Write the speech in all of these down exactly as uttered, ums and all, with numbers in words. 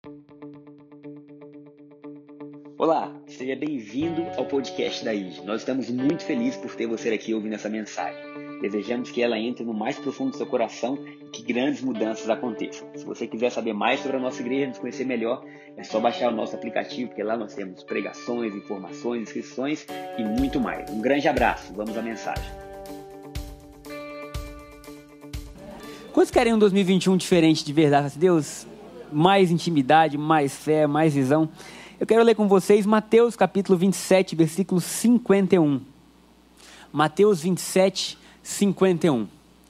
Olá, seja bem-vindo ao podcast da I G. Nós estamos muito felizes por ter você aqui ouvindo essa mensagem. Desejamos que ela entre no mais profundo do seu coração e que grandes mudanças aconteçam. Se você quiser saber mais sobre a nossa igreja, nos conhecer melhor, é só baixar o nosso aplicativo, porque lá nós temos pregações, informações, inscrições e muito mais. Um grande abraço, vamos à mensagem. Quantos querem um dois mil e vinte e um diferente de verdade? Deus, mais intimidade, mais fé, mais visão. Eu quero ler com vocês Mateus capítulo vinte e sete, versículo cinquenta e um. Mateus vinte e sete, cinquenta e um.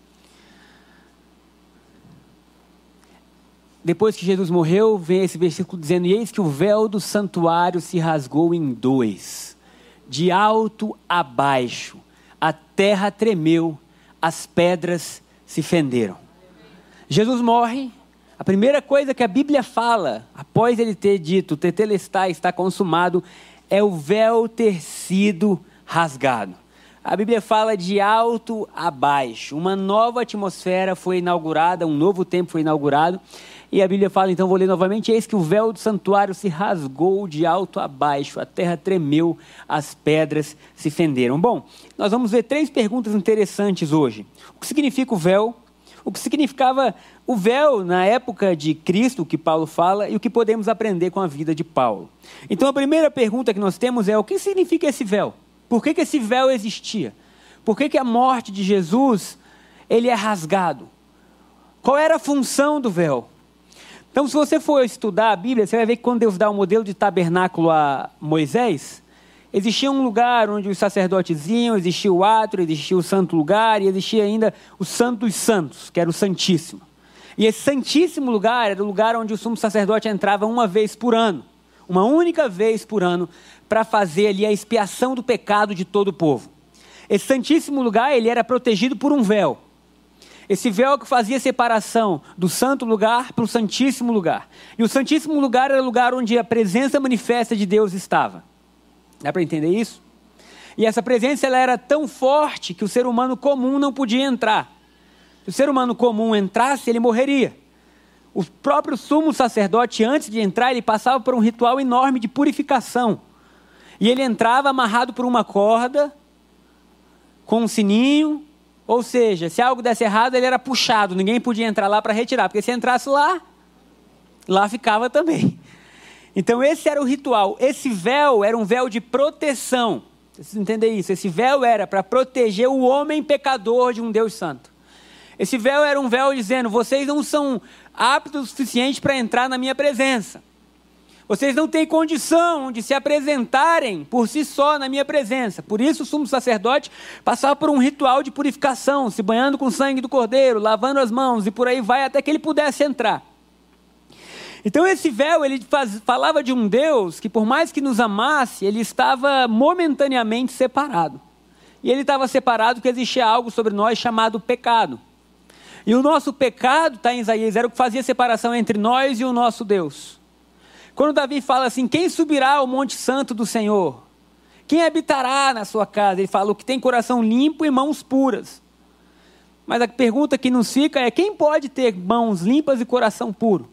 Depois que Jesus morreu, vem esse versículo dizendo: e eis que o véu do santuário se rasgou em dois, de alto a baixo, a terra tremeu, as pedras se fenderam. Jesus morre. A primeira coisa que a Bíblia fala, após ele ter dito, tetelestai, está consumado, é o véu ter sido rasgado. A Bíblia fala de alto a baixo. Uma nova atmosfera foi inaugurada, um novo tempo foi inaugurado. E a Bíblia fala, então vou ler novamente, eis que o véu do santuário se rasgou de alto a baixo, a terra tremeu, as pedras se fenderam. Bom, nós vamos ver três perguntas interessantes hoje. O que significa o véu? O que significava o véu na época de Cristo, o que Paulo fala, e o que podemos aprender com a vida de Paulo. Então a primeira pergunta que nós temos é: o que significa esse véu? Por que que esse véu existia? Por que que a morte de Jesus, ele é rasgado? Qual era a função do véu? Então, se você for estudar a Bíblia, você vai ver que quando Deus dá o modelo de tabernáculo a Moisés, existia um lugar onde os sacerdotes iam, existia o átrio, existia o santo lugar e existia ainda o santo dos santos, que era o santíssimo. E esse santíssimo lugar era o lugar onde o sumo sacerdote entrava uma vez por ano, uma única vez por ano, para fazer ali a expiação do pecado de todo o povo. Esse santíssimo lugar, ele era protegido por um véu. Esse véu que fazia separação do santo lugar para o santíssimo lugar. E o santíssimo lugar era o lugar onde a presença manifesta de Deus estava. Dá para entender isso? E essa presença ela era tão forte que o ser humano comum não podia entrar. Se o ser humano comum entrasse, ele morreria. O próprio sumo sacerdote, antes de entrar, ele passava por um ritual enorme de purificação. E ele entrava amarrado por uma corda, com um sininho, ou seja, se algo desse errado, ele era puxado, ninguém podia entrar lá para retirar, porque se entrasse lá, lá ficava também. Então esse era o ritual. Esse véu era um véu de proteção. Vocês entendem isso? Esse véu era para proteger o homem pecador de um Deus santo. Esse véu era um véu dizendo: vocês não são aptos o suficiente para entrar na minha presença. Vocês não têm condição de se apresentarem por si só na minha presença. Por isso o sumo sacerdote passava por um ritual de purificação, se banhando com o sangue do cordeiro, lavando as mãos e por aí vai até que ele pudesse entrar. Então esse véu, ele faz, falava de um Deus que por mais que nos amasse, ele estava momentaneamente separado. E ele estava separado porque existia algo sobre nós chamado pecado. E o nosso pecado, está em Isaías, era o que fazia separação entre nós e o nosso Deus. Quando Davi fala assim: quem subirá ao monte santo do Senhor? Quem habitará na sua casa? Ele fala: o que tem coração limpo e mãos puras. Mas a pergunta que nos fica é: quem pode ter mãos limpas e coração puro?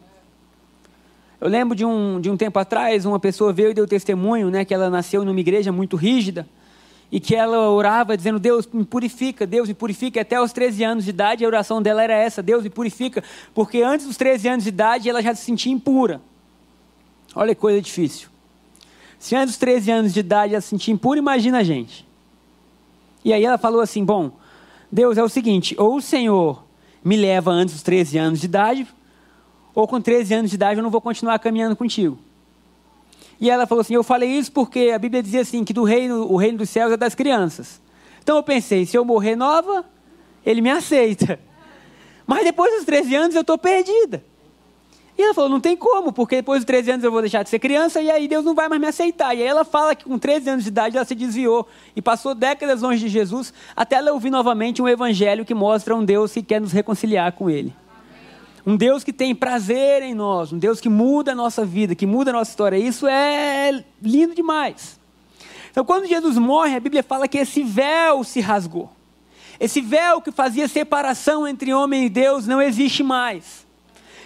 Eu lembro de um, de um tempo atrás, uma pessoa veio e deu testemunho, né, que ela nasceu numa igreja muito rígida, e que ela orava dizendo: Deus me purifica, Deus me purifica. Até os treze anos de idade, a oração dela era essa: Deus me purifica, porque antes dos treze anos de idade, ela já se sentia impura. Olha que coisa difícil. Se antes dos treze anos de idade ela se sentia impura, imagina a gente. E aí ela falou assim: bom, Deus, é o seguinte, ou o Senhor me leva antes dos treze anos de idade, ou com treze anos de idade eu não vou continuar caminhando contigo. E ela falou assim: eu falei isso porque a Bíblia dizia assim, que do reino, o reino dos céus é das crianças. Então eu pensei, se eu morrer nova, ele me aceita. Mas depois dos treze anos eu estou perdida. E ela falou: não tem como, porque depois dos treze anos eu vou deixar de ser criança e aí Deus não vai mais me aceitar. E aí ela fala que com treze anos de idade ela se desviou e passou décadas longe de Jesus, até ela ouvir novamente um evangelho que mostra um Deus que quer nos reconciliar com Ele. Um Deus que tem prazer em nós, um Deus que muda a nossa vida, que muda a nossa história. Isso é lindo demais. Então, quando Jesus morre, a Bíblia fala que esse véu se rasgou. Esse véu que fazia separação entre homem e Deus não existe mais.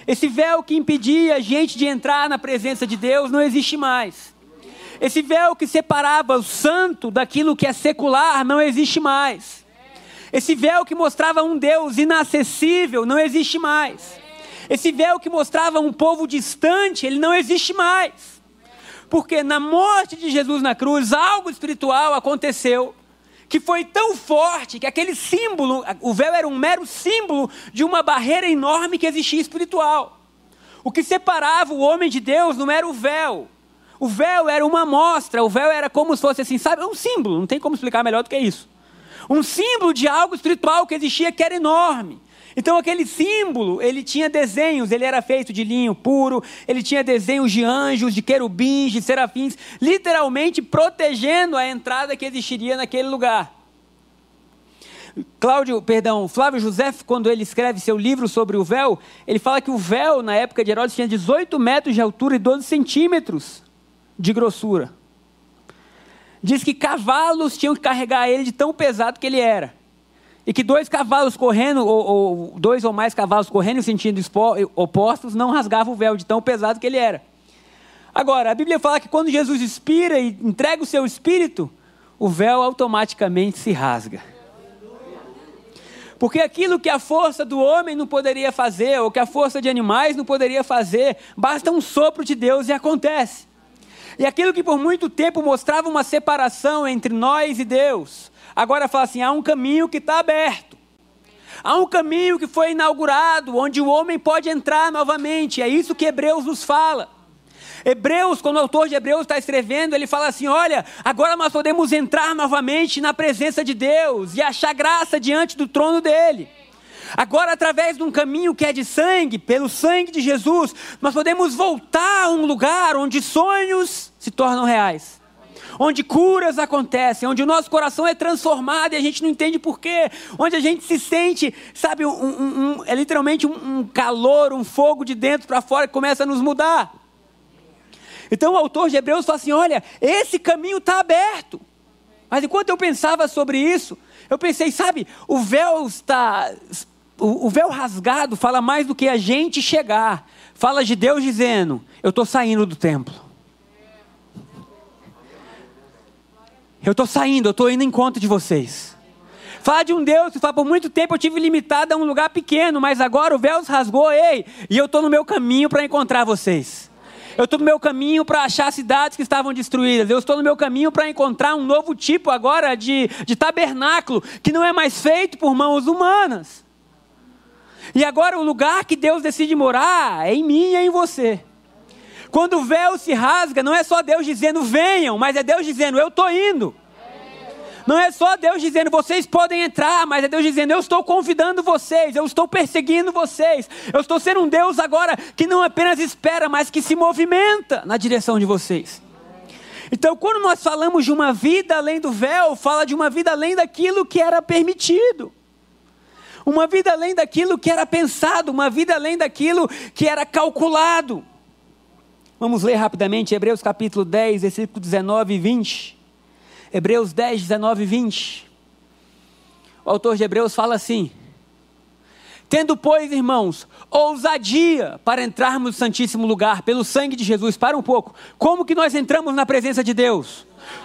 Esse véu que impedia a gente de entrar na presença de Deus não existe mais. Esse véu que separava o santo daquilo que é secular não existe mais. Esse véu que mostrava um Deus inacessível não existe mais. Esse véu que mostrava um povo distante, ele não existe mais. Porque na morte de Jesus na cruz, algo espiritual aconteceu, que foi tão forte que aquele símbolo, o véu era um mero símbolo de uma barreira enorme que existia espiritual. O que separava o homem de Deus não era o véu. O véu era uma amostra, o véu era como se fosse assim, sabe? Um símbolo, não tem como explicar melhor do que isso. Um símbolo de algo espiritual que existia que era enorme. Então aquele símbolo, ele tinha desenhos, ele era feito de linho puro, ele tinha desenhos de anjos, de querubins, de serafins, literalmente protegendo a entrada que existiria naquele lugar. Cláudio, perdão, Flávio José, quando ele escreve seu livro sobre o véu, ele fala que o véu, na época de Herodes, tinha dezoito metros de altura e doze centímetros de grossura. Diz que cavalos tinham que carregar ele de tão pesado que ele era. E que dois cavalos correndo, ou, ou dois ou mais cavalos correndo em sentidos opostos, não rasgavam o véu de tão pesado que ele era. Agora, a Bíblia fala que quando Jesus expira e entrega o seu espírito, o véu automaticamente se rasga. Porque aquilo que a força do homem não poderia fazer, ou que a força de animais não poderia fazer, basta um sopro de Deus e acontece. E aquilo que por muito tempo mostrava uma separação entre nós e Deus, agora fala assim, há um caminho que está aberto. Há um caminho que foi inaugurado, onde o homem pode entrar novamente. É isso que Hebreus nos fala. Hebreus, quando o autor de Hebreus está escrevendo, ele fala assim, olha, agora nós podemos entrar novamente na presença de Deus e achar graça diante do trono dele. Agora, através de um caminho que é de sangue, pelo sangue de Jesus, nós podemos voltar a um lugar onde sonhos se tornam reais. Onde curas acontecem, onde o nosso coração é transformado e a gente não entende porquê. Onde a gente se sente, sabe, um, um, um, é literalmente um, um calor, um fogo de dentro para fora que começa a nos mudar. Então o autor de Hebreus fala assim, olha, esse caminho está aberto. Mas enquanto eu pensava sobre isso, eu pensei, sabe, o véu está... O, o véu rasgado fala mais do que a gente chegar. Fala de Deus dizendo, eu estou saindo do templo. Eu estou saindo, eu estou indo em encontro de vocês. Fala de um Deus que fala, por muito tempo eu tive limitado a um lugar pequeno, mas agora o véu se rasgou, ei, e eu estou no meu caminho para encontrar vocês. Eu estou no meu caminho para achar cidades que estavam destruídas. Eu estou no meu caminho para encontrar um novo tipo agora de, de tabernáculo, que não é mais feito por mãos humanas. E agora o lugar que Deus decide morar é em mim e é em você. Quando o véu se rasga, não é só Deus dizendo venham, mas é Deus dizendo eu estou indo. Não é só Deus dizendo vocês podem entrar, mas é Deus dizendo eu estou convidando vocês, eu estou perseguindo vocês. Eu estou sendo um Deus agora que não apenas espera, mas que se movimenta na direção de vocês. Então quando nós falamos de uma vida além do véu, fala de uma vida além daquilo que era permitido. Uma vida além daquilo que era pensado, uma vida além daquilo que era calculado. Vamos ler rapidamente Hebreus capítulo dez, versículo dezenove e vinte. Hebreus dez, dezenove e vinte. O autor de Hebreus fala assim: tendo, pois, irmãos, ousadia para entrarmos no santíssimo lugar, pelo sangue de Jesus. Para um pouco. Como que nós entramos na presença de Deus?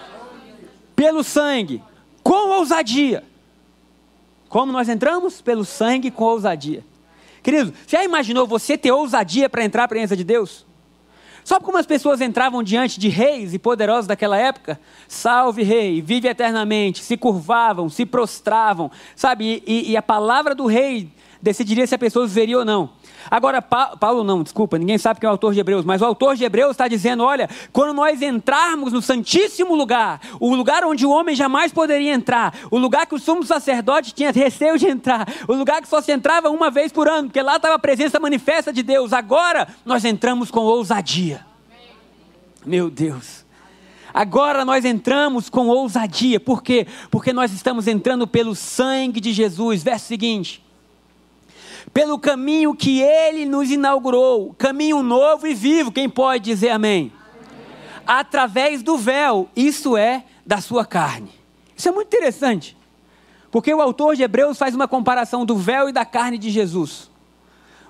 Pelo sangue. Com ousadia. Como nós entramos? Pelo sangue com ousadia. Querido, você já imaginou você ter ousadia para entrar na presença de Deus? Sabe como as pessoas entravam diante de reis e poderosos daquela época? Salve rei, vive eternamente, se curvavam, se prostravam, sabe? E, e a palavra do rei decidiria se a pessoa viveria ou não. Agora, pa- Paulo não, desculpa, ninguém sabe quem é o autor de Hebreus, mas o autor de Hebreus está dizendo, olha, quando nós entrarmos no santíssimo lugar, o lugar onde o homem jamais poderia entrar, o lugar que o sumo sacerdote tinha receio de entrar, o lugar que só se entrava uma vez por ano, porque lá estava a presença manifesta de Deus, agora nós entramos com ousadia. Meu Deus. Agora nós entramos com ousadia, por quê? Porque nós estamos entrando pelo sangue de Jesus. Verso seguinte: pelo caminho que Ele nos inaugurou, caminho novo e vivo, quem pode dizer amém? Amém? Através do véu, isso é, da sua carne. Isso é muito interessante, porque o autor de Hebreus faz uma comparação do véu e da carne de Jesus.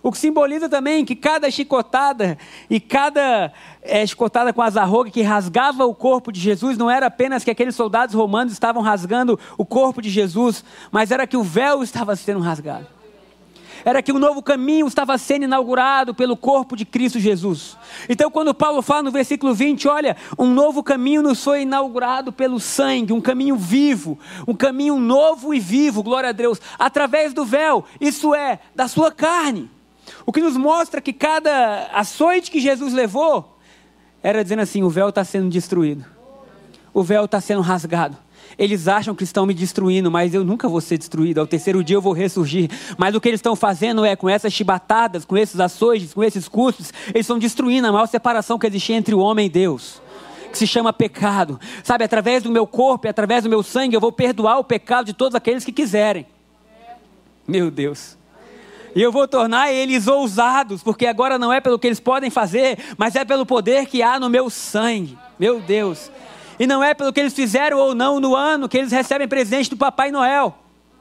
O que simboliza também que cada chicotada e cada é, chicotada com azarroga que rasgava o corpo de Jesus não era apenas que aqueles soldados romanos estavam rasgando o corpo de Jesus, mas era que o véu estava sendo rasgado. Era que um novo caminho estava sendo inaugurado pelo corpo de Cristo Jesus. Então quando Paulo fala no versículo vinte, olha, um novo caminho nos foi inaugurado pelo sangue, um caminho vivo, um caminho novo e vivo, glória a Deus, através do véu, isso é, da sua carne. O que nos mostra que cada açoite que Jesus levou, era dizendo assim, o véu está sendo destruído. O véu está sendo rasgado. Eles acham que estão me destruindo, mas eu nunca vou ser destruído. Ao terceiro dia eu vou ressurgir. Mas o que eles estão fazendo é, com essas chibatadas, com esses açoites, com esses custos, eles estão destruindo a maior separação que existia entre o homem e Deus, que se chama pecado. Sabe, através do meu corpo e através do meu sangue, eu vou perdoar o pecado de todos aqueles que quiserem. Meu Deus. E eu vou tornar eles ousados, porque agora não é pelo que eles podem fazer, mas é pelo poder que há no meu sangue. Meu Deus. E não é pelo que eles fizeram ou não no ano que eles recebem presente do Papai Noel.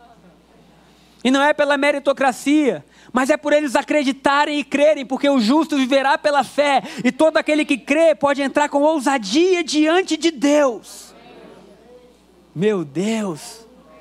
E não é pela meritocracia, mas é por eles acreditarem e crerem, porque o justo viverá pela fé. E todo aquele que crê pode entrar com ousadia diante de Deus. Meu Deus.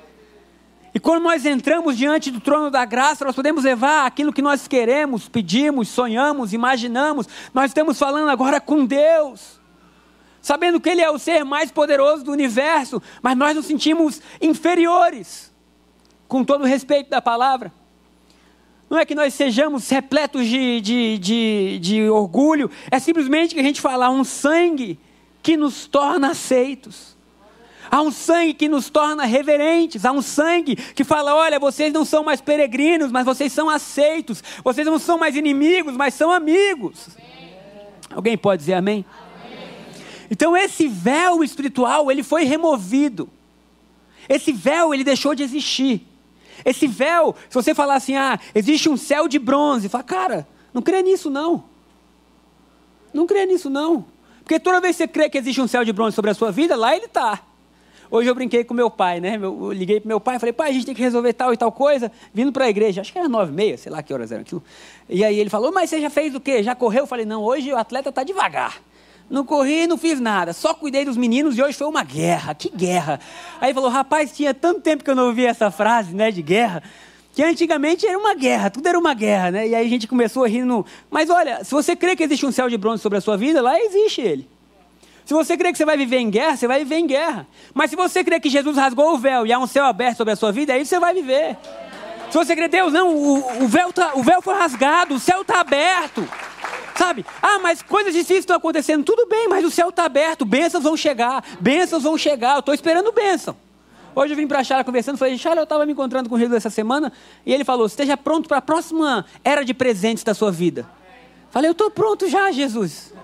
E quando nós entramos diante do trono da graça, nós podemos levar aquilo que nós queremos, pedimos, sonhamos, imaginamos. Nós estamos falando agora com Deus, sabendo que Ele é o ser mais poderoso do universo, mas nós nos sentimos inferiores, com todo o respeito da palavra. Não é que nós sejamos repletos de, de, de, de orgulho, é simplesmente que a gente fala, há um sangue que nos torna aceitos. Há um sangue que nos torna reverentes. Há um sangue que fala, olha, vocês não são mais peregrinos, mas vocês são aceitos. Vocês não são mais inimigos, mas são amigos. Amém. Alguém pode dizer amém? Amém? Então esse véu espiritual, ele foi removido. Esse véu, ele deixou de existir. Esse véu, se você falar assim, ah, existe um céu de bronze. Fala, cara, não crê nisso não. Não crê nisso não. Porque toda vez que você crê que existe um céu de bronze sobre a sua vida, lá ele está. Hoje eu brinquei com meu pai, né? Eu liguei para meu pai e falei, pai, a gente tem que resolver tal e tal coisa, vindo para a igreja. Acho que era nove e meia, sei lá que horas eram aquilo. E aí ele falou, mas você já fez o quê? Já correu? Eu falei, não, hoje o atleta está devagar. Não corri, não fiz nada, só cuidei dos meninos e hoje foi uma guerra. Que guerra? Aí ele falou, rapaz, tinha tanto tempo que eu não ouvia essa frase, né, de guerra, que antigamente era uma guerra, tudo era uma guerra, né? E aí a gente começou a rir no... Mas olha, se você crê que existe um céu de bronze sobre a sua vida, lá existe ele. Se você crê que você vai viver em guerra, você vai viver em guerra. Mas se você crê que Jesus rasgou o véu e há um céu aberto sobre a sua vida, aí você vai viver. Se você crê, Deus, não, o, o, véu, tá, o véu foi rasgado, o céu está aberto. Sabe? Ah, mas coisas difíceis estão acontecendo. Tudo bem, mas o céu está aberto, bênçãos vão chegar, bênçãos vão chegar. Eu estou esperando bênção. Hoje eu vim para a Chala conversando, falei, Chala, eu estava me encontrando com o Jesus essa semana, e ele falou, esteja pronto para a próxima era de presentes da sua vida. Falei, eu estou pronto já, Jesus.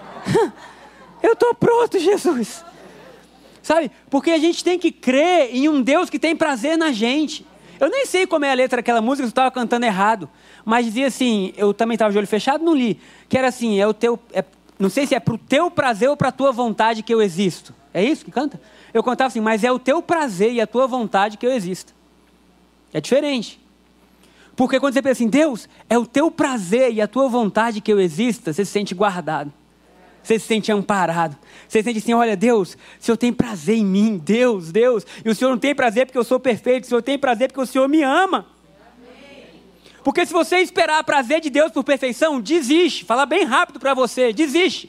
Eu estou pronto, Jesus. Sabe? Porque a gente tem que crer em um Deus que tem prazer na gente. Eu nem sei como é a letra daquela música, eu estava cantando errado. Mas dizia assim, eu também estava de olho fechado, não li. Que era assim, é o teu, é, não sei se é para o teu prazer ou para a tua vontade que eu existo. É isso que canta? Eu cantava assim, mas é o teu prazer e a tua vontade que eu existo. É diferente. Porque quando você pensa assim, Deus, é o teu prazer e a tua vontade que eu exista, você se sente guardado. Você se sente amparado. Você sente assim, olha, Deus, o Senhor tem prazer em mim. Deus, Deus. E o Senhor não tem prazer porque eu sou perfeito. O Senhor tem prazer porque o Senhor me ama. Amém. Porque se você esperar prazer de Deus por perfeição, desiste. Fala bem rápido para você, desiste.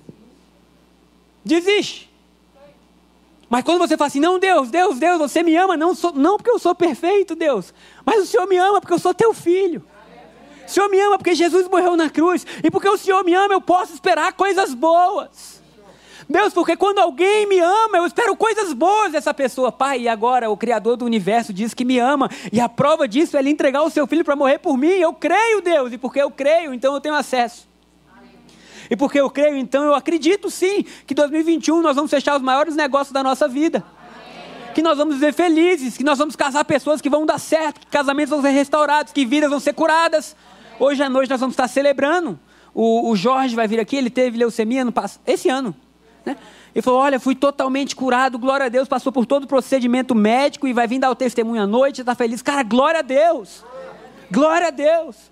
Desiste. Mas quando você fala assim, não, Deus, Deus, Deus, você me ama. Não, sou, não porque eu sou perfeito, Deus. Mas o Senhor me ama porque eu sou teu filho. O Senhor me ama porque Jesus morreu na cruz. E porque o Senhor me ama, eu posso esperar coisas boas. Deus, porque quando alguém me ama, eu espero coisas boas dessa pessoa. Pai, e agora o Criador do universo diz que me ama. E a prova disso é Ele entregar o seu filho para morrer por mim. Eu creio, Deus. E porque eu creio, então eu tenho acesso. E porque eu creio, então eu acredito sim, que em dois mil e vinte e um nós vamos fechar os maiores negócios da nossa vida. Que nós vamos viver felizes, que nós vamos casar pessoas que vão dar certo, que casamentos vão ser restaurados, que vidas vão ser curadas. Hoje à noite nós vamos estar celebrando. O, o Jorge vai vir aqui, ele teve leucemia no, esse ano. Né? Ele falou, olha, fui totalmente curado, glória a Deus, passou por todo o procedimento médico e vai vir dar o testemunho à noite, está feliz. Cara, glória a Deus. Glória a Deus.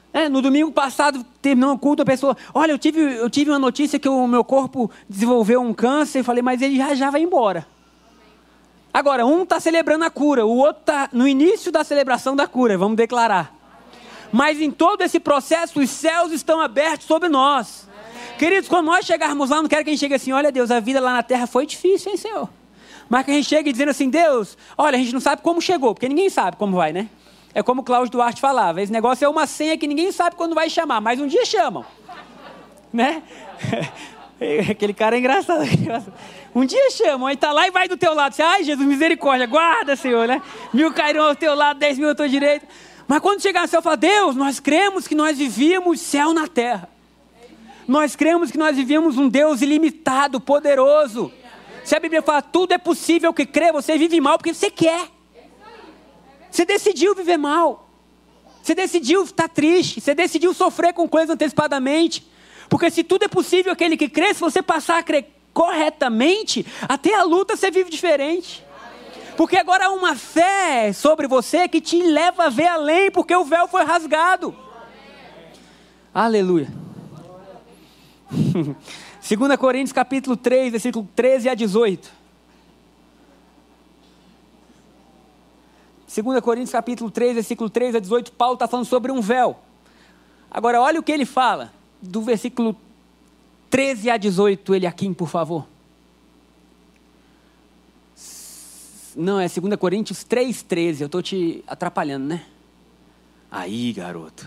É, no domingo passado, terminou o culto, a pessoa, olha, eu tive, eu tive uma notícia que o meu corpo desenvolveu um câncer. Eu falei, mas ele já, já vai embora. Agora, um está celebrando a cura, o outro está no início da celebração da cura, vamos declarar. Mas em todo esse processo, os céus estão abertos sobre nós. Queridos, quando nós chegarmos lá, não quero que a gente chegue assim, olha Deus, a vida lá na terra foi difícil, hein, Senhor? Mas que a gente chegue dizendo assim, Deus, olha, a gente não sabe como chegou, porque ninguém sabe como vai, né? É como o Cláudio Duarte falava, esse negócio é uma senha que ninguém sabe quando vai chamar, mas um dia chamam, né? Aquele cara é engraçado. Um dia chamam, aí tá lá e vai do teu lado, você, ai Jesus, misericórdia, guarda, Senhor, né? Mil cairão ao teu lado, dez mil ao teu direito. Mas quando chegar no céu, fala, Deus, nós cremos que nós vivíamos céu na terra. Nós cremos que nós vivíamos um Deus ilimitado, poderoso. Se a Bíblia fala, tudo é possível que crê, você vive mal porque você quer. Você decidiu viver mal. Você decidiu estar triste. Você decidiu sofrer com coisas antecipadamente. Porque se tudo é possível aquele que crê, se você passar a crer corretamente, até a luta você vive diferente. Porque agora há uma fé sobre você que te leva a ver além, porque o véu foi rasgado. Aleluia. Segunda Coríntios capítulo três, versículo treze a dezoito. Segunda Coríntios capítulo três, versículo treze a dezoito, Paulo está falando sobre um véu. Agora olha o que ele fala, do versículo treze a dezoito, ele aqui, por favor. Não, é Segunda Coríntios três, treze, eu estou te atrapalhando, né? Aí, garoto.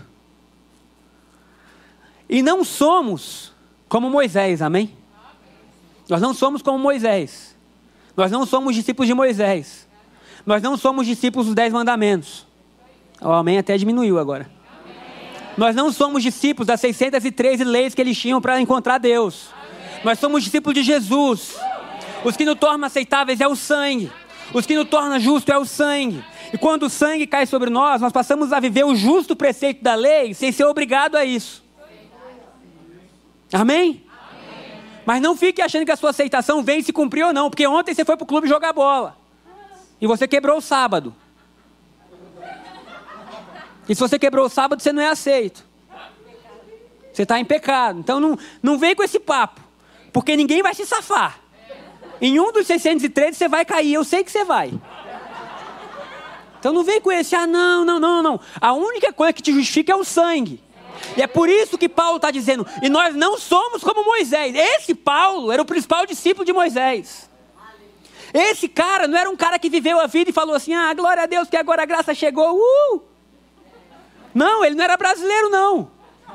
E não somos como Moisés, amém? Nós não somos como Moisés. Nós não somos discípulos de Moisés. Nós não somos discípulos dos dez mandamentos. O amém até diminuiu agora. Amém. Nós não somos discípulos das seiscentas e treze leis que eles tinham para encontrar Deus. Amém. Nós somos discípulos de Jesus. Os que nos tornam aceitáveis é o sangue. Os que nos tornam justo é o sangue. E quando o sangue cai sobre nós, nós passamos a viver o justo preceito da lei sem ser obrigado a isso. Amém? Amém? Mas não fique achando que a sua aceitação vem se cumprir ou não, porque ontem você foi para o clube jogar bola e você quebrou o sábado. E se você quebrou o sábado, você não é aceito. Você está em pecado. Então não, não vem com esse papo, porque ninguém vai se safar. Em um dos seiscentos e treze você vai cair, eu sei que você vai. Então não vem com esse, ah não, não, não, não. A única coisa que te justifica é o sangue. E é por isso que Paulo está dizendo, e nós não somos como Moisés. Esse Paulo era o principal discípulo de Moisés. Esse cara não era um cara que viveu a vida e falou assim, ah, glória a Deus que agora a graça chegou. Uh! Não, ele não era brasileiro não.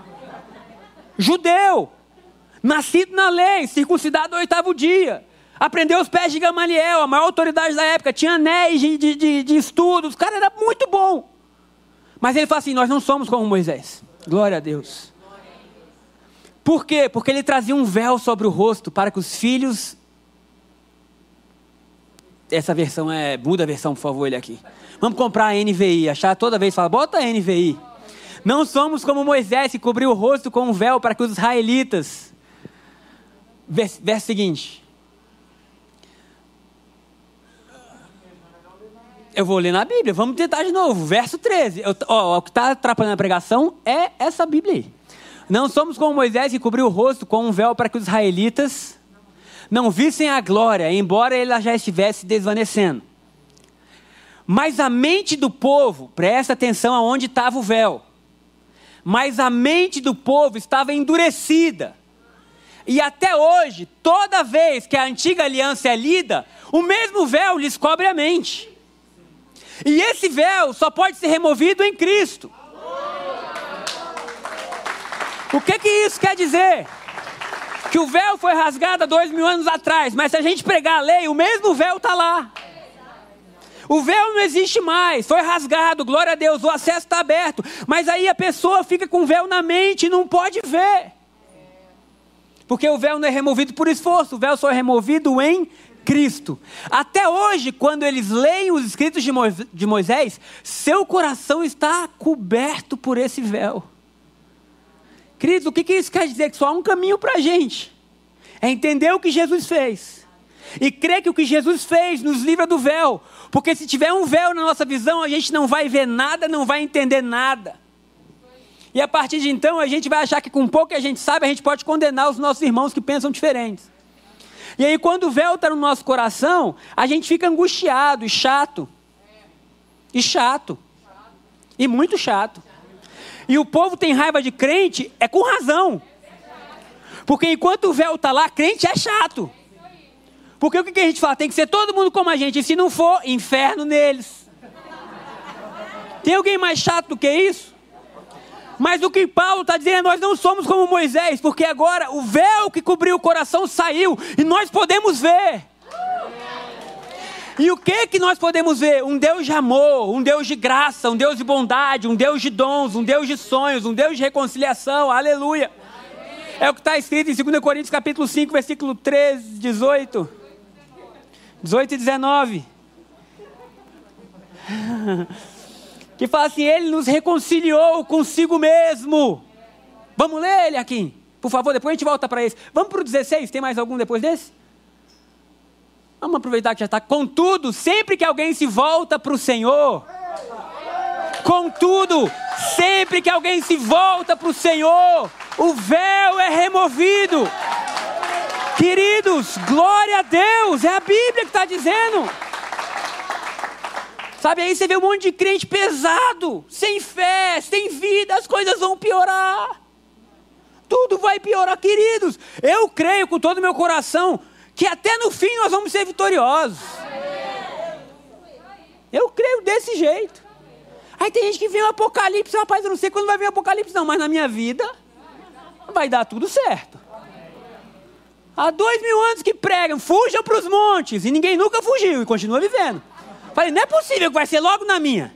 Judeu, nascido na lei, circuncidado no oitavo dia. Aprendeu os pés de Gamaliel, a maior autoridade da época, tinha anéis de, de, de, de estudos, o cara era muito bom. Mas ele fala assim, nós não somos como Moisés. Glória a Deus. Por quê? Porque ele trazia um véu sobre o rosto para que os filhos... Essa versão é... Muda a versão, por favor, ele aqui. Vamos comprar a N V I. Achar toda vez, fala, bota a N V I. Não somos como Moisés, que cobriu o rosto com um véu para que os israelitas... Verso, verso seguinte. Eu vou ler na Bíblia, vamos tentar de novo. Verso treze. Eu, ó, o que está atrapalhando a pregação é essa Bíblia aí. Não somos como Moisés, que cobriu o rosto com um véu para que os israelitas não vissem a glória, embora ele já estivesse desvanecendo. Mas a mente do povo, presta atenção aonde estava o véu. Mas a mente do povo estava endurecida. E até hoje, toda vez que a antiga aliança é lida, o mesmo véu lhes cobre a mente. E esse véu só pode ser removido em Cristo. O que que isso quer dizer? Que o véu foi rasgado há dois mil anos atrás, mas se a gente pregar a lei, o mesmo véu está lá. O véu não existe mais, foi rasgado, glória a Deus, o acesso está aberto. Mas aí a pessoa fica com o véu na mente e não pode ver. Porque o véu não é removido por esforço, o véu só é removido em Cristo. Até hoje, quando eles leem os escritos de, Mo- de Moisés, seu coração está coberto por esse véu. Queridos, o que, que isso quer dizer? Que só há um caminho para a gente. É entender o que Jesus fez. E crer que o que Jesus fez nos livra do véu. Porque se tiver um véu na nossa visão, a gente não vai ver nada, não vai entender nada. E a partir de então, a gente vai achar que com pouco que a gente sabe, a gente pode condenar os nossos irmãos que pensam diferentes. E aí, quando o véu está no nosso coração, a gente fica angustiado e chato. E chato. E muito chato. E o povo tem raiva de crente, é com razão. Porque enquanto o véu está lá, crente é chato. Porque o que a gente fala? Tem que ser todo mundo como a gente. E se não for, inferno neles. Tem alguém mais chato do que isso? Mas o que Paulo está dizendo é: nós não somos como Moisés, porque agora o véu que cobriu o coração saiu e nós podemos ver. E o que que nós podemos ver? Um Deus de amor, um Deus de graça, um Deus de bondade, um Deus de dons, um Deus de sonhos, um Deus de reconciliação. Aleluia. É o que está escrito em dois Coríntios capítulo cinco, versículo treze, dezoito. dezoito e dezenove. Que fala assim: ele nos reconciliou consigo mesmo. Vamos ler ele aqui, por favor, depois a gente volta para esse. Vamos para o dezesseis, tem mais algum depois desse? Vamos aproveitar que já está. Contudo, sempre que alguém se volta para o Senhor, contudo, sempre que alguém se volta para o Senhor, o véu é removido. Queridos, glória a Deus, é a Bíblia que está dizendo. Sabe, aí você vê um monte de crente pesado, sem fé, sem vida, as coisas vão piorar. Tudo vai piorar, queridos. Eu creio com todo o meu coração que até no fim nós vamos ser vitoriosos. Eu creio desse jeito. Aí tem gente que vê o Apocalipse, rapaz, eu não sei quando vai vir o Apocalipse não, mas na minha vida vai dar tudo certo. Há dois mil anos que pregam, fujam para os montes, e ninguém nunca fugiu e continua vivendo. Falei, não é possível que vai ser logo na minha.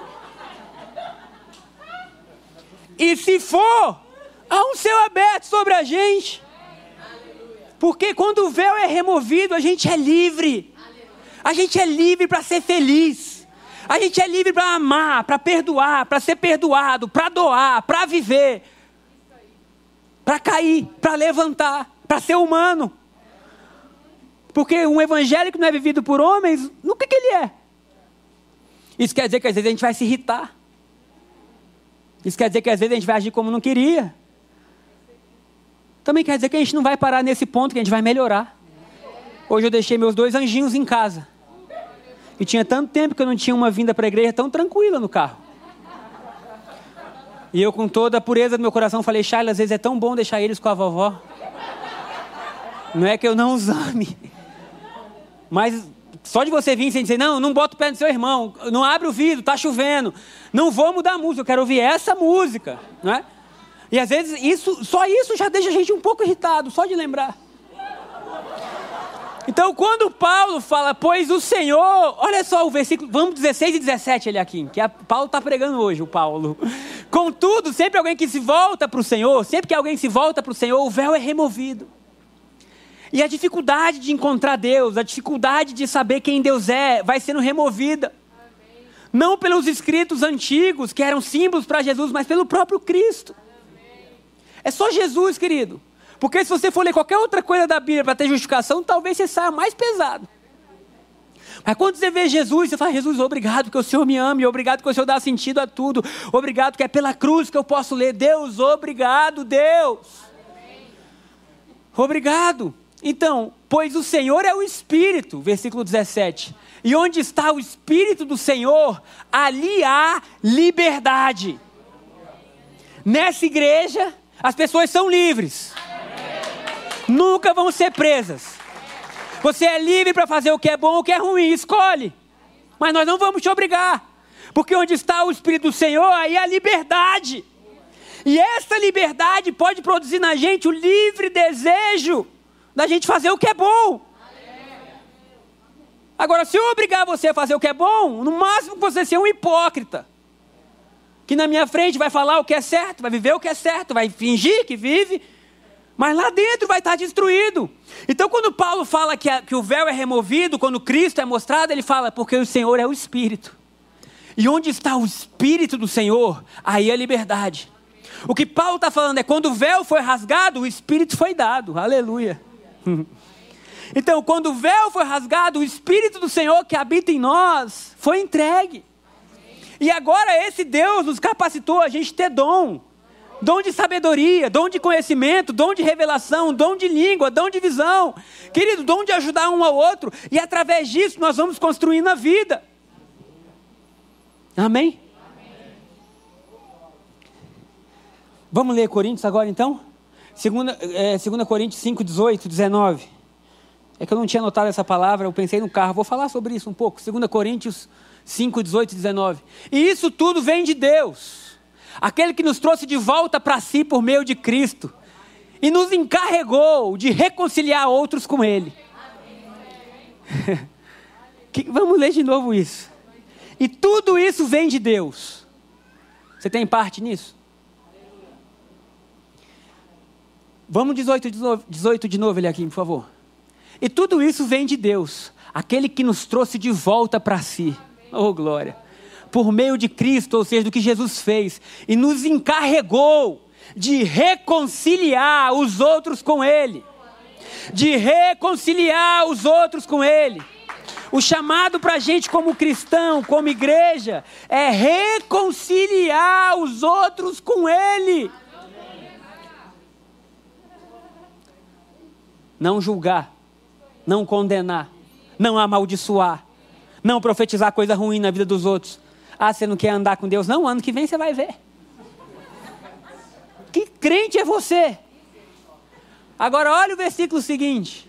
E se for, há um céu aberto sobre a gente. Porque quando o véu é removido, a gente é livre. A gente é livre para ser feliz. A gente é livre para amar, para perdoar, para ser perdoado, para doar, para viver. Para cair, para levantar, para ser humano. Porque um evangelho que não é vivido por homens, no que que ele é? Isso quer dizer que às vezes a gente vai se irritar. Isso quer dizer que às vezes a gente vai agir como não queria. Também quer dizer que a gente não vai parar nesse ponto, que a gente vai melhorar. Hoje eu deixei meus dois anjinhos em casa. E tinha tanto tempo que eu não tinha uma vinda para a igreja tão tranquila no carro. E eu, com toda a pureza do meu coração, falei: Charles, às vezes é tão bom deixar eles com a vovó. Não é que eu não os ame. Mas só de você vir sem dizer: não, não bota o pé no seu irmão, não abre o vidro, está chovendo, não vou mudar a música, eu quero ouvir essa música, não é? E às vezes isso, só isso já deixa a gente um pouco irritado, só de lembrar. Então quando Paulo fala, pois o Senhor, olha só o versículo, vamos dezesseis e dezessete ele aqui, que a, Paulo está pregando hoje, o Paulo. Contudo, sempre alguém que se volta para o Senhor, sempre que alguém se volta para o Senhor, o véu é removido. E a dificuldade de encontrar Deus, a dificuldade de saber quem Deus é, vai sendo removida. Amém. Não pelos escritos antigos, que eram símbolos para Jesus, mas pelo próprio Cristo. Amém. É só Jesus, querido. Porque se você for ler qualquer outra coisa da Bíblia para ter justificação, talvez você saia mais pesado. Mas quando você vê Jesus, você fala: Jesus, obrigado que o Senhor me ama, e obrigado que o Senhor dá sentido a tudo. Obrigado que é pela cruz que eu posso ler. Deus, obrigado, Deus. Amém. Obrigado. Então, pois o Senhor é o Espírito, versículo dezessete. E onde está o Espírito do Senhor, ali há liberdade. Nessa igreja, as pessoas são livres. Nunca vão ser presas. Você é livre para fazer o que é bom ou o que é ruim, escolhe. Mas nós não vamos te obrigar. Porque onde está o Espírito do Senhor, aí há liberdade. E essa liberdade pode produzir na gente o livre desejo da gente fazer o que é bom. Agora, se eu obrigar você a fazer o que é bom, no máximo você ser um hipócrita, que na minha frente vai falar o que é certo, vai viver o que é certo, vai fingir que vive, mas lá dentro vai estar destruído. Então quando Paulo fala que, a, que o véu é removido, quando Cristo é mostrado, ele fala: porque o Senhor é o Espírito. E onde está o Espírito do Senhor, aí é liberdade. O que Paulo está falando é: quando o véu foi rasgado, o Espírito foi dado. Aleluia. Então, quando o véu foi rasgado, o Espírito do Senhor que habita em nós foi entregue. E agora esse Deus nos capacitou a gente ter dom. dom de sabedoria, dom de conhecimento, dom de revelação, dom de língua, dom de visão. Querido, dom de ajudar um ao outro. E através disso nós vamos construindo a vida. Amém? Vamos ler Coríntios agora então? Segunda, é, segunda Coríntios cinco, dezoito, dezenove. É que eu não tinha anotado essa palavra, eu pensei no carro. Vou falar sobre isso um pouco. segunda Coríntios cinco, dezoito e dezenove. E isso tudo vem de Deus. Aquele que nos trouxe de volta para si por meio de Cristo. E nos encarregou de reconciliar outros com Ele. que, vamos ler de novo isso. E tudo isso vem de Deus. Você tem parte nisso? Vamos dezoito, dezoito de novo ele aqui, por favor. E tudo isso vem de Deus, aquele que nos trouxe de volta para si. Oh, glória. Por meio de Cristo, ou seja, do que Jesus fez. E nos encarregou de reconciliar os outros com Ele. De reconciliar os outros com Ele. O chamado para a gente como cristão, como igreja, é reconciliar os outros com Ele. Não julgar, não condenar, não amaldiçoar, não profetizar coisa ruim na vida dos outros. Ah, você não quer andar com Deus? Não, ano que vem você vai ver. Que crente é você? Agora olha o versículo seguinte.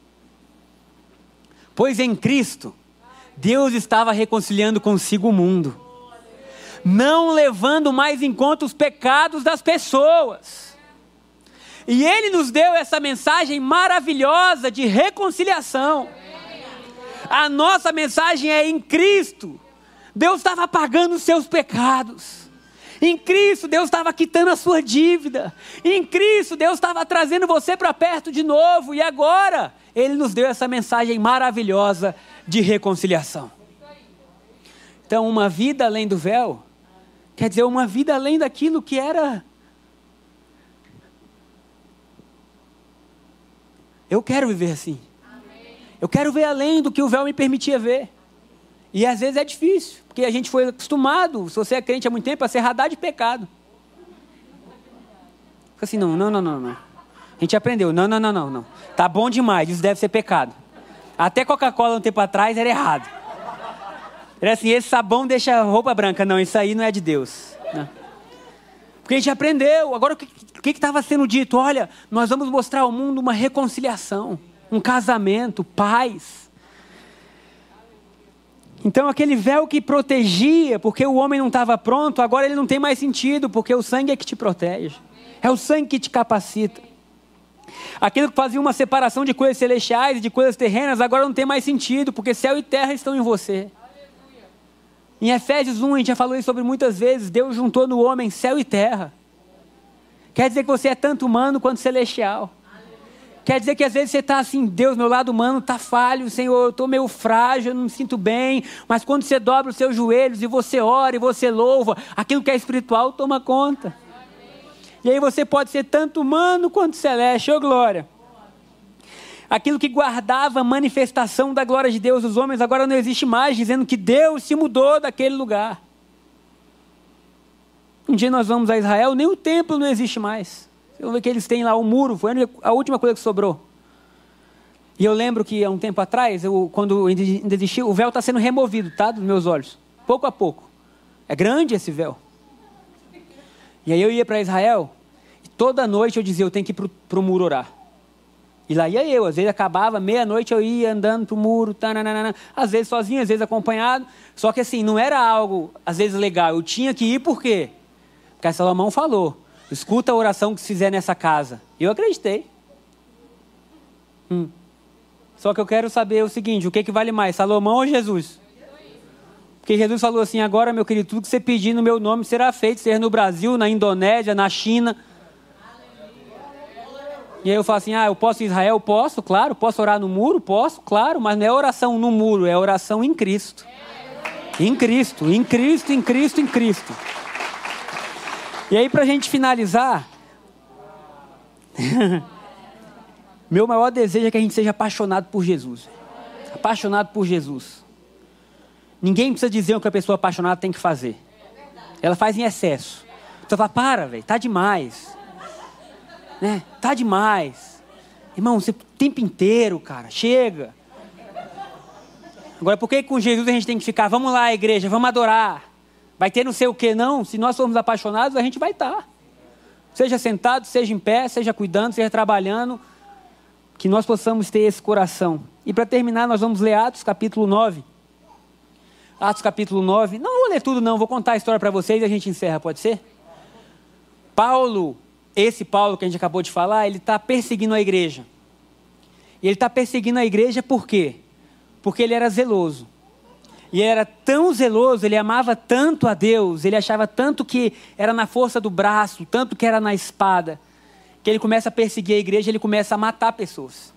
Pois em Cristo, Deus estava reconciliando consigo o mundo, não levando mais em conta os pecados das pessoas. E Ele nos deu essa mensagem maravilhosa de reconciliação. A nossa mensagem é em Cristo. Deus estava pagando os seus pecados. Em Cristo, Deus estava quitando a sua dívida. Em Cristo, Deus estava trazendo você para perto de novo. E agora, Ele nos deu essa mensagem maravilhosa de reconciliação. Então, uma vida além do véu, quer dizer, uma vida além daquilo que era... Eu quero viver assim. Eu quero ver além do que o véu me permitia ver. E às vezes é difícil, porque a gente foi acostumado, se você é crente há muito tempo, a ser radar de pecado. Fica assim, não, não, não, não, não. A gente aprendeu, não, não, não, não, não. Tá bom demais, isso deve ser pecado. Até Coca-Cola um tempo atrás era errado. Era assim, esse sabão deixa roupa branca. Não, isso aí não é de Deus. Não. Porque a gente aprendeu. Agora o que estava sendo dito? Olha, nós vamos mostrar ao mundo uma reconciliação, um casamento, paz. Então aquele véu que protegia, porque o homem não estava pronto, agora ele não tem mais sentido, porque o sangue é que te protege. É o sangue que te capacita. Aquilo que fazia uma separação de coisas celestiais e de coisas terrenas, agora não tem mais sentido, porque céu e terra estão em você. Em Efésios um, a gente já falou isso sobre muitas vezes, Deus juntou no homem céu e terra. Quer dizer que você é tanto humano quanto celestial. Quer dizer que às vezes você está assim, Deus, meu lado humano está falho, Senhor, eu estou meio frágil, eu não me sinto bem. Mas quando você dobra os seus joelhos e você ora e você louva, aquilo que é espiritual toma conta. E aí você pode ser tanto humano quanto celeste, ô glória. Aquilo que guardava a manifestação da glória de Deus nos homens, agora não existe mais, dizendo que Deus se mudou daquele lugar. Um dia nós vamos a Israel, nem o templo não existe mais. Você vai ver que eles têm lá o muro, foi a última coisa que sobrou. E eu lembro que há um tempo atrás, eu, quando ainda existia, o véu está sendo removido, tá, dos meus olhos, pouco a pouco. É grande esse véu. E aí eu ia para Israel, e toda noite eu dizia, eu tenho que ir para o muro orar. E lá ia eu, às vezes acabava, meia-noite eu ia andando para o muro, tananana, às vezes sozinho, às vezes acompanhado. Só que assim, não era algo, às vezes legal, eu tinha que ir por quê? Porque a Salomão falou, escuta a oração que se fizer nessa casa. E eu acreditei. Hum. Só que eu quero saber o seguinte, o que, que vale mais, Salomão ou Jesus? Porque Jesus falou assim, agora meu querido, tudo que você pedir no meu nome será feito, seja no Brasil, na Indonésia, na China. E aí eu falo assim, ah, eu posso ir em Israel? Posso, claro. Posso orar no muro? Posso, claro. Mas não é oração no muro, é oração em Cristo. Em Cristo, em Cristo, em Cristo, em Cristo. E aí para a gente finalizar, meu maior desejo é que a gente seja apaixonado por Jesus. Apaixonado por Jesus. Ninguém precisa dizer o que a pessoa apaixonada tem que fazer. Ela faz em excesso. Você fala, para, velho, tá demais. Né? Tá demais. Irmão, você o tempo inteiro, cara, chega. Agora, por que com Jesus a gente tem que ficar, vamos lá, igreja, vamos adorar. Vai ter não sei o que, não. Se nós formos apaixonados, a gente vai estar. Seja sentado, seja em pé, seja cuidando, seja trabalhando. Que nós possamos ter esse coração. E para terminar, nós vamos ler Atos capítulo nove. Atos capítulo nove. Não vou ler tudo não, vou contar a história para vocês e a gente encerra, pode ser? Paulo, esse Paulo que a gente acabou de falar, ele está perseguindo a igreja. E ele está perseguindo a igreja por quê? Porque ele era zeloso. E era tão zeloso, ele amava tanto a Deus, ele achava tanto que era na força do braço, tanto que era na espada, que ele começa a perseguir a igreja, ele começa a matar pessoas.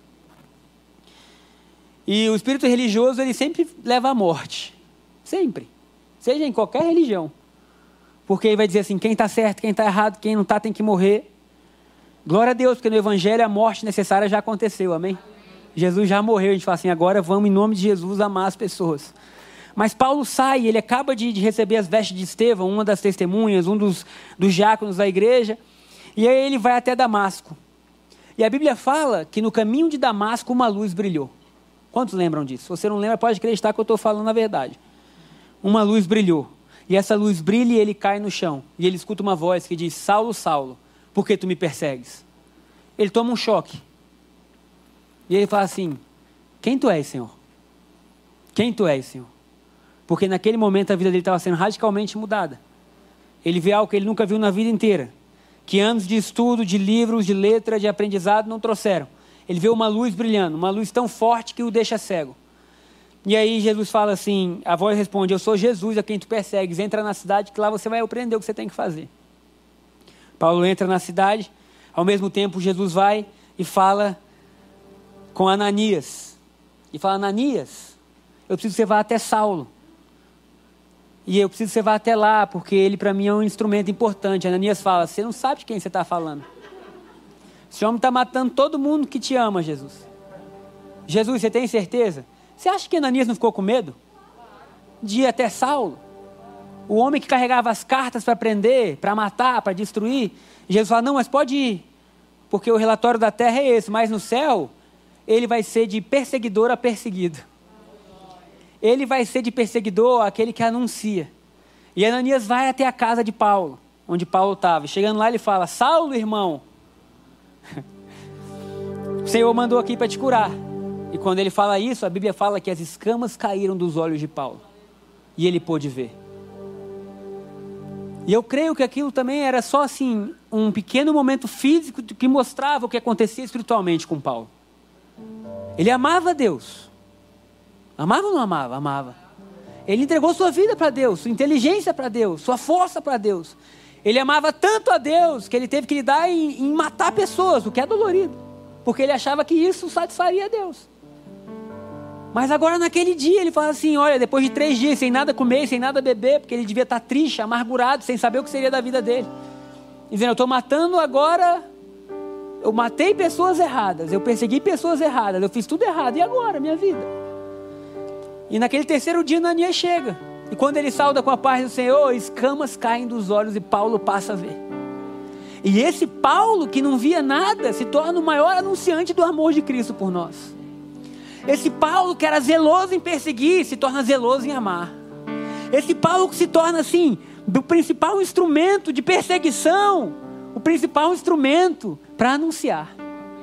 E o espírito religioso, ele sempre leva à morte. Sempre. Seja em qualquer religião. Porque ele vai dizer assim, quem está certo, quem está errado, quem não está tem que morrer. Glória a Deus, porque no Evangelho a morte necessária já aconteceu, amém? Jesus já morreu, a gente fala assim, agora vamos em nome de Jesus amar as pessoas. Mas Paulo sai, ele acaba de, de receber as vestes de Estevão, uma das testemunhas, um dos, dos diáconos da igreja, e aí ele vai até Damasco. E a Bíblia fala que no caminho de Damasco uma luz brilhou. Quantos lembram disso? Se você não lembra, pode acreditar que eu estou falando a verdade. Uma luz brilhou, e essa luz brilha e ele cai no chão, e ele escuta uma voz que diz, Saulo, Saulo, por que tu me persegues? Ele toma um choque, e ele fala assim, quem tu és, Senhor? Quem tu és, Senhor? Porque naquele momento a vida dele estava sendo radicalmente mudada. Ele vê algo que ele nunca viu na vida inteira. Que anos de estudo, de livros, de letra, de aprendizado não trouxeram. Ele vê uma luz brilhando, uma luz tão forte que o deixa cego. E aí Jesus fala assim, a voz responde, eu sou Jesus a quem tu persegues, entra na cidade que lá você vai aprender o que você tem que fazer. Paulo entra na cidade, ao mesmo tempo Jesus vai e fala com Ananias. E fala, Ananias, eu preciso que você vá até Saulo. E eu preciso que você vá até lá, porque ele para mim é um instrumento importante. Ananias fala, você não sabe de quem você está falando. Esse homem está matando todo mundo que te ama, Jesus. Jesus, você tem certeza? Você acha que Ananias não ficou com medo? De ir até Saulo? O homem que carregava as cartas para prender, para matar, para destruir. Jesus fala, não, mas pode ir. Porque o relatório da terra é esse, mas no céu, ele vai ser de perseguidor a perseguido. Ele vai ser de perseguidor aquele que anuncia. E Ananias vai até a casa de Paulo, onde Paulo estava. Chegando lá ele fala, Saulo, irmão, o Senhor mandou aqui para te curar. E quando ele fala isso, a Bíblia fala que as escamas caíram dos olhos de Paulo. E ele pôde ver. E eu creio que aquilo também era só assim, um pequeno momento físico que mostrava o que acontecia espiritualmente com Paulo. Ele amava Deus. Amava ou não amava? Amava. Ele entregou sua vida para Deus, sua inteligência para Deus, sua força para Deus. Ele amava tanto a Deus que ele teve que lidar em, em matar pessoas, o que é dolorido. Porque ele achava que isso satisfaria a Deus. Mas agora naquele dia ele fala assim, olha, depois de três dias sem nada comer, sem nada beber, porque ele devia estar triste, amargurado, sem saber o que seria da vida dele. Dizendo, eu estou matando agora, eu matei pessoas erradas, eu persegui pessoas erradas, eu fiz tudo errado, e agora, minha vida? E naquele terceiro dia Ananias chega. E quando ele sauda com a paz do Senhor, escamas caem dos olhos e Paulo passa a ver. E esse Paulo que não via nada, se torna o maior anunciante do amor de Cristo por nós. Esse Paulo que era zeloso em perseguir, se torna zeloso em amar. Esse Paulo que se torna assim, do principal instrumento de perseguição, o principal instrumento para anunciar.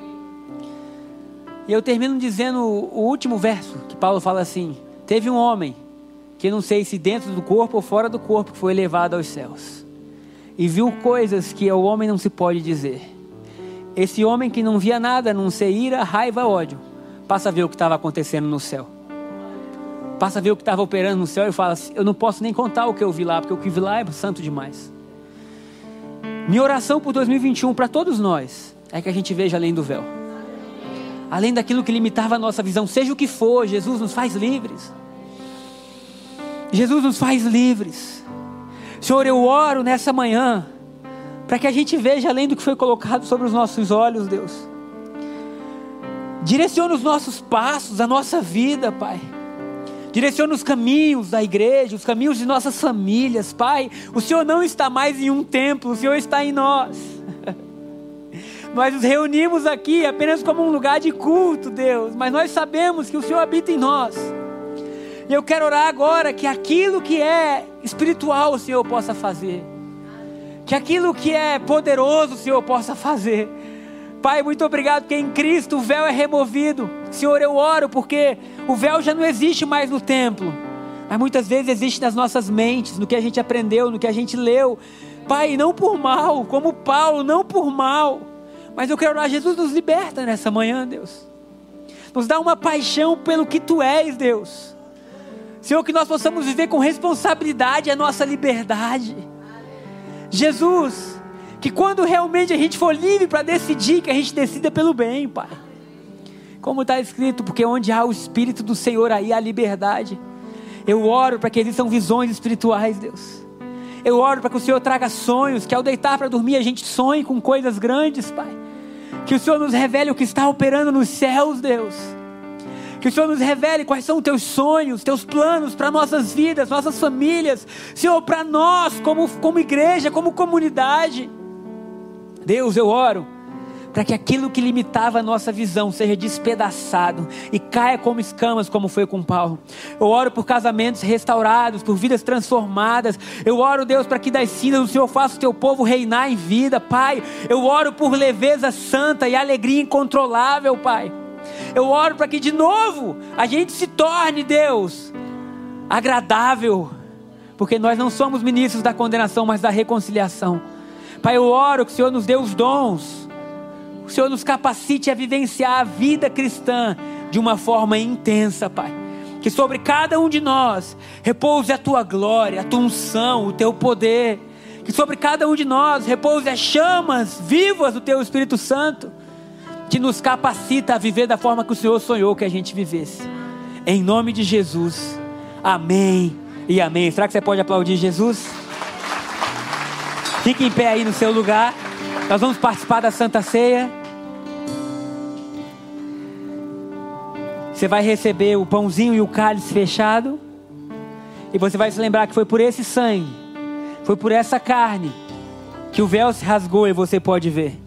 E eu termino dizendo o último verso, que Paulo fala assim, teve um homem, que não sei se dentro do corpo ou fora do corpo, que foi levado aos céus. E viu coisas que ao homem não se pode dizer. Esse homem que não via nada, não sei ira, raiva, ódio, passa a ver o que estava acontecendo no céu. Passa a ver o que estava operando no céu e fala assim, eu não posso nem contar o que eu vi lá, porque o que vi lá é santo demais. Minha oração por dois mil e vinte e um para todos nós, é que a gente veja além do véu. Além daquilo que limitava a nossa visão, seja o que for, Jesus nos faz livres. Jesus nos faz livres. Senhor, eu oro nessa manhã, para que a gente veja além do que foi colocado sobre os nossos olhos, Deus. Direciona os nossos passos, a nossa vida, Pai. Direciona os caminhos da igreja, os caminhos de nossas famílias, Pai. O Senhor não está mais em um templo, o Senhor está em nós. Nós nos reunimos aqui apenas como um lugar de culto, Deus, mas nós sabemos que o Senhor habita em nós. E eu quero orar agora que aquilo que é espiritual o Senhor possa fazer, que aquilo que é poderoso o Senhor possa fazer. Pai, muito obrigado porque em Cristo o véu é removido. Senhor, eu oro porque o véu já não existe mais no templo, mas muitas vezes existe nas nossas mentes, no que a gente aprendeu, no que a gente leu. Pai, não por mal, como Paulo, não por mal, mas eu quero orar, Jesus, nos liberta nessa manhã, Deus. Nos dá uma paixão pelo que Tu és, Deus. Senhor, que nós possamos viver com responsabilidade a nossa liberdade. Jesus, que quando realmente a gente for livre para decidir, que a gente decida pelo bem, Pai. Como está escrito, porque onde há o Espírito do Senhor, aí há liberdade. Eu oro para que existam visões espirituais, Deus. Eu oro para que o Senhor traga sonhos, que ao deitar para dormir a gente sonhe com coisas grandes, Pai. Que o Senhor nos revele o que está operando nos céus, Deus. Que o Senhor nos revele quais são os Teus sonhos, Teus planos para nossas vidas, nossas famílias. Senhor, para nós como, como igreja, como comunidade. Deus, eu oro para que aquilo que limitava a nossa visão seja despedaçado e caia como escamas, como foi com Paulo. Eu oro por casamentos restaurados, por vidas transformadas. Eu oro, Deus, para que das cinzas o Senhor faça o Teu povo reinar em vida, Pai. Eu oro por leveza santa e alegria incontrolável, Pai. Eu oro para que de novo a gente se torne, Deus, agradável, porque nós não somos ministros da condenação, mas da reconciliação. Pai, eu oro que o Senhor nos dê os dons, o Senhor nos capacite a vivenciar a vida cristã de uma forma intensa, Pai. Que sobre cada um de nós repouse a Tua glória, a Tua unção, o Teu poder. Que sobre cada um de nós repouse as chamas vivas do Teu Espírito Santo, que nos capacita a viver da forma que o Senhor sonhou que a gente vivesse. Em nome de Jesus, amém e amém. Será que você pode aplaudir Jesus? Fique em pé aí no seu lugar. Nós vamos participar da Santa Ceia. Você vai receber o pãozinho e o cálice fechado. E você vai se lembrar que foi por esse sangue, foi por essa carne, que o véu se rasgou e você pode ver.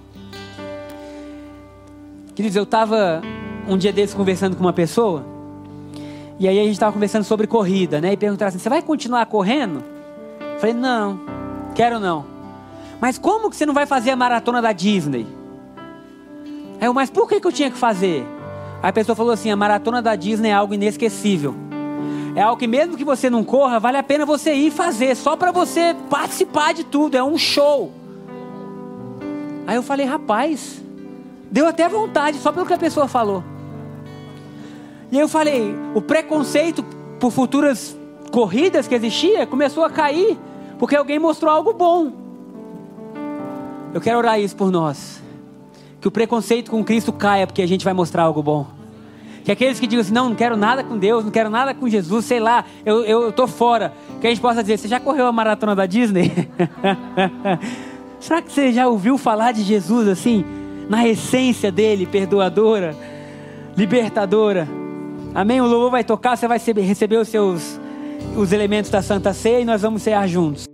Queridos, eu estava um dia desses conversando com uma pessoa. E aí a gente estava conversando sobre corrida, né? E perguntaram assim, você vai continuar correndo? Eu falei, não, quero não. Mas como que você não vai fazer a maratona da Disney? Aí eu, mas por que que eu tinha que fazer? Aí a pessoa falou assim, a maratona da Disney é algo inesquecível. É algo que mesmo que você não corra, vale a pena você ir fazer, só para você participar de tudo, é um show. Aí eu falei, rapaz, deu até vontade, só pelo que a pessoa falou. E aí eu falei, o preconceito por futuras corridas que existia, começou a cair, porque alguém mostrou algo bom. Eu quero orar isso por nós. Que o preconceito com Cristo caia, porque a gente vai mostrar algo bom. Que aqueles que digam assim, não, não quero nada com Deus, não quero nada com Jesus, sei lá, eu, eu, eu tô fora. Que a gente possa dizer, você já correu a maratona da Disney? Será que você já ouviu falar de Jesus assim, na essência dele, perdoadora, libertadora? Amém? O louvor vai tocar, você vai receber os seus os elementos da Santa Ceia e nós vamos cear juntos.